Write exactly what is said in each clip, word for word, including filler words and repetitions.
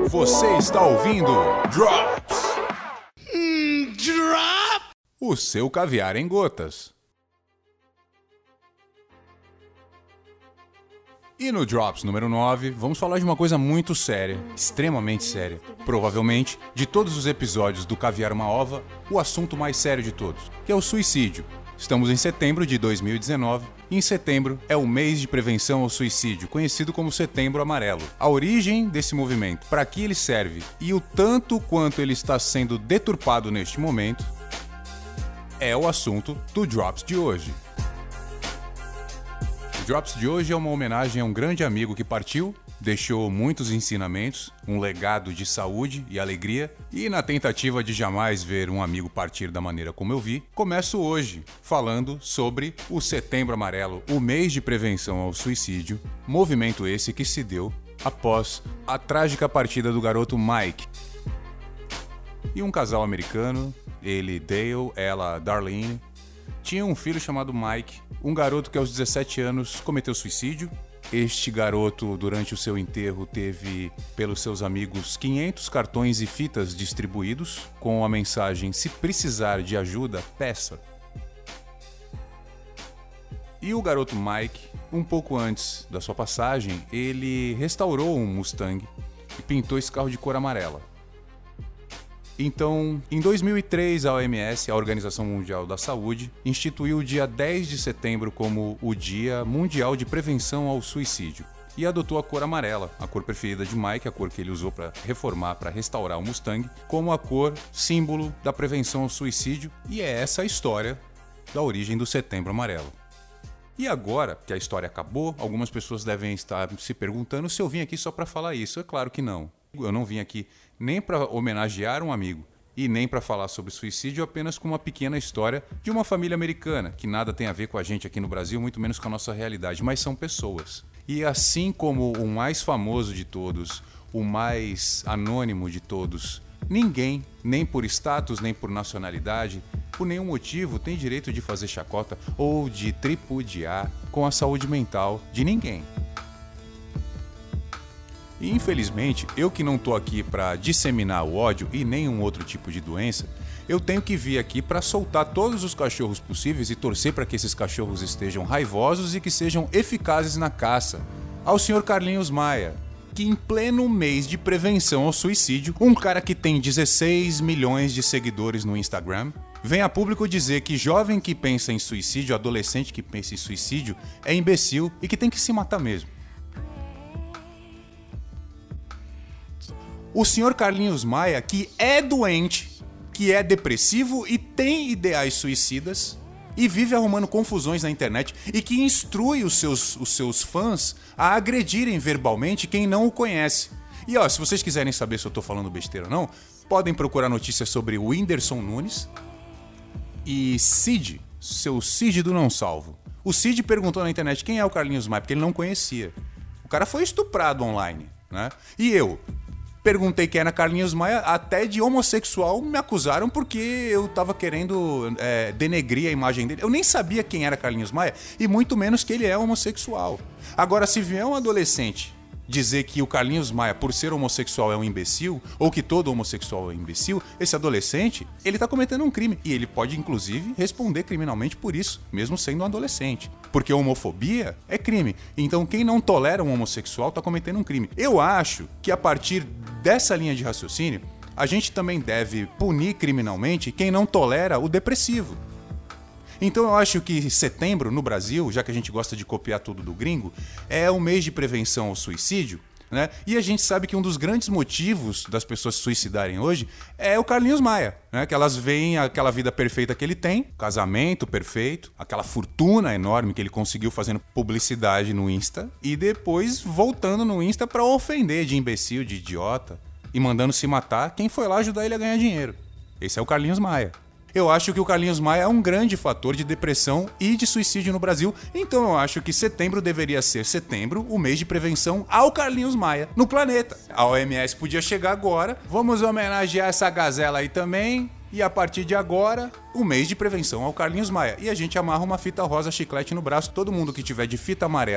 Você está ouvindo Drops. Mm, drop. O seu caviar em gotas. E no Drops número nove, vamos falar de uma coisa muito séria, extremamente séria. Provavelmente, de todos os episódios do Caviar Uma Ova, o assunto mais sério de todos, que é o suicídio. Estamos em setembro de dois mil e dezenove, e em setembro é o mês de prevenção ao suicídio, conhecido como Setembro Amarelo. A origem desse movimento, para que ele serve e o tanto quanto ele está sendo deturpado neste momento, é o assunto do Drops de hoje. O Drops de hoje é uma homenagem a um grande amigo que partiu, deixou muitos ensinamentos, um legado de saúde e alegria, e na tentativa de jamais ver um amigo partir da maneira como eu vi, começo hoje falando sobre o Setembro Amarelo, o mês de prevenção ao suicídio, movimento esse que se deu após a trágica partida do garoto Mike. E um casal americano, ele Dale, ela Darlene, tinha um filho chamado Mike, um garoto que aos dezessete anos cometeu suicídio. Este garoto, durante o seu enterro, teve pelos seus amigos quinhentos cartões e fitas distribuídos com a mensagem: se precisar de ajuda, peça. E o garoto Mike, um pouco antes da sua passagem, ele restaurou um Mustang e pintou esse carro de cor amarela. Então, em dois mil e três, a O M S, a Organização Mundial da Saúde, instituiu o dia dez de setembro como o Dia Mundial de Prevenção ao Suicídio e adotou a cor amarela, a cor preferida de Mike, a cor que ele usou para reformar, para restaurar o Mustang, como a cor símbolo da prevenção ao suicídio, e é essa a história da origem do Setembro Amarelo. E agora que a história acabou, algumas pessoas devem estar se perguntando se eu vim aqui só para falar isso. É claro que não. Eu não vim aqui nem para homenagear um amigo e nem para falar sobre suicídio, apenas com uma pequena história de uma família americana, que nada tem a ver com a gente aqui no Brasil, muito menos com a nossa realidade, mas são pessoas. E assim como o mais famoso de todos, o mais anônimo de todos, ninguém, nem por status, nem por nacionalidade, por nenhum motivo, tem direito de fazer chacota ou de tripudiar com a saúde mental de ninguém. E infelizmente, eu que não tô aqui para disseminar o ódio e nenhum outro tipo de doença, eu tenho que vir aqui para soltar todos os cachorros possíveis e torcer para que esses cachorros estejam raivosos e que sejam eficazes na caça. Ao senhor Carlinhos Maia, que em pleno mês de prevenção ao suicídio, um cara que tem dezesseis milhões de seguidores no Instagram, vem a público dizer que jovem que pensa em suicídio, adolescente que pensa em suicídio, é imbecil e que tem que se matar mesmo. O senhor Carlinhos Maia, que é doente, que é depressivo e tem ideais suicidas e vive arrumando confusões na internet e que instrui os seus, os seus fãs a agredirem verbalmente quem não o conhece. E ó, se vocês quiserem saber se eu tô falando besteira ou não, podem procurar notícias sobre o Whindersson Nunes e Cid, seu Cid do Não Salvo. O Cid perguntou na internet quem é o Carlinhos Maia, porque ele não conhecia. O cara foi estuprado online, né? E eu perguntei quem era Carlinhos Maia, até de homossexual me acusaram porque eu tava querendo é, denegrir a imagem dele. Eu nem sabia quem era Carlinhos Maia e muito menos que ele é homossexual. Agora, se vier um adolescente dizer que o Carlinhos Maia, por ser homossexual, é um imbecil, ou que todo homossexual é um imbecil, esse adolescente, ele tá cometendo um crime. E ele pode, inclusive, responder criminalmente por isso, mesmo sendo um adolescente. Porque homofobia é crime. Então, quem não tolera um homossexual tá cometendo um crime. Eu acho que, a partir dessa linha de raciocínio, a gente também deve punir criminalmente quem não tolera o depressivo. Então eu acho que setembro, no Brasil, já que a gente gosta de copiar tudo do gringo, é o mês de prevenção ao suicídio, né? E a gente sabe que um dos grandes motivos das pessoas se suicidarem hoje é o Carlinhos Maia, né? Que elas veem aquela vida perfeita que ele tem, casamento perfeito, aquela fortuna enorme que ele conseguiu fazendo publicidade no Insta e depois voltando no Insta para ofender de imbecil, de idiota e mandando se matar quem foi lá ajudar ele a ganhar dinheiro. Esse é o Carlinhos Maia. Eu acho que o Carlinhos Maia é um grande fator de depressão e de suicídio no Brasil, então eu acho que setembro deveria ser setembro, o mês de prevenção ao Carlinhos Maia no planeta. A O M S podia chegar agora, vamos homenagear essa gazela aí também, e a partir de agora, o mês de prevenção ao Carlinhos Maia. E a gente amarra uma fita rosa chiclete no braço, todo mundo que tiver de fita amarela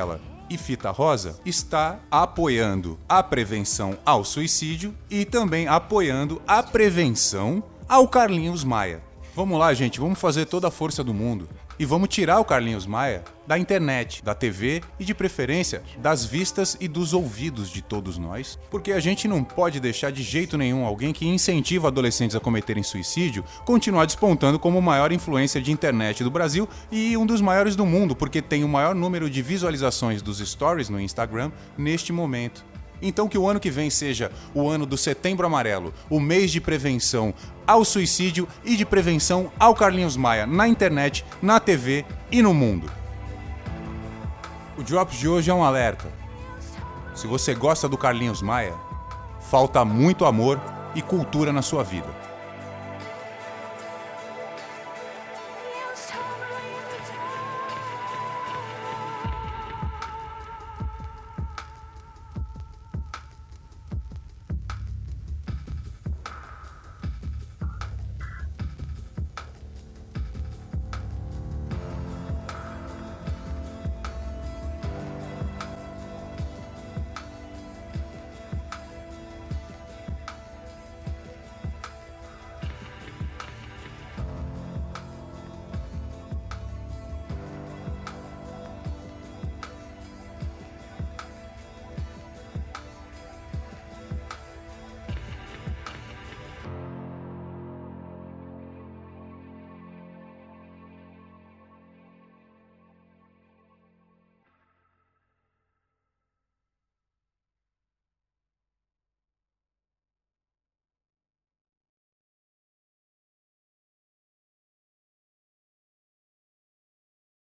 e Fita Rosa está apoiando a prevenção ao suicídio e também apoiando a prevenção ao Carlinhos Maia. Vamos lá, gente, vamos fazer toda a força do mundo. E vamos tirar o Carlinhos Maia da internet, da T V e, de preferência, das vistas e dos ouvidos de todos nós. Porque a gente não pode deixar de jeito nenhum alguém que incentiva adolescentes a cometerem suicídio continuar despontando como o maior influencer de internet do Brasil e um dos maiores do mundo, porque tem o maior número de visualizações dos stories no Instagram neste momento. Então que o ano que vem seja o ano do Setembro Amarelo, o mês de prevenção ao suicídio e de prevenção ao Carlinhos Maia na internet, na T V e no mundo. O Drops de hoje é um alerta. Se você gosta do Carlinhos Maia, falta muito amor e cultura na sua vida.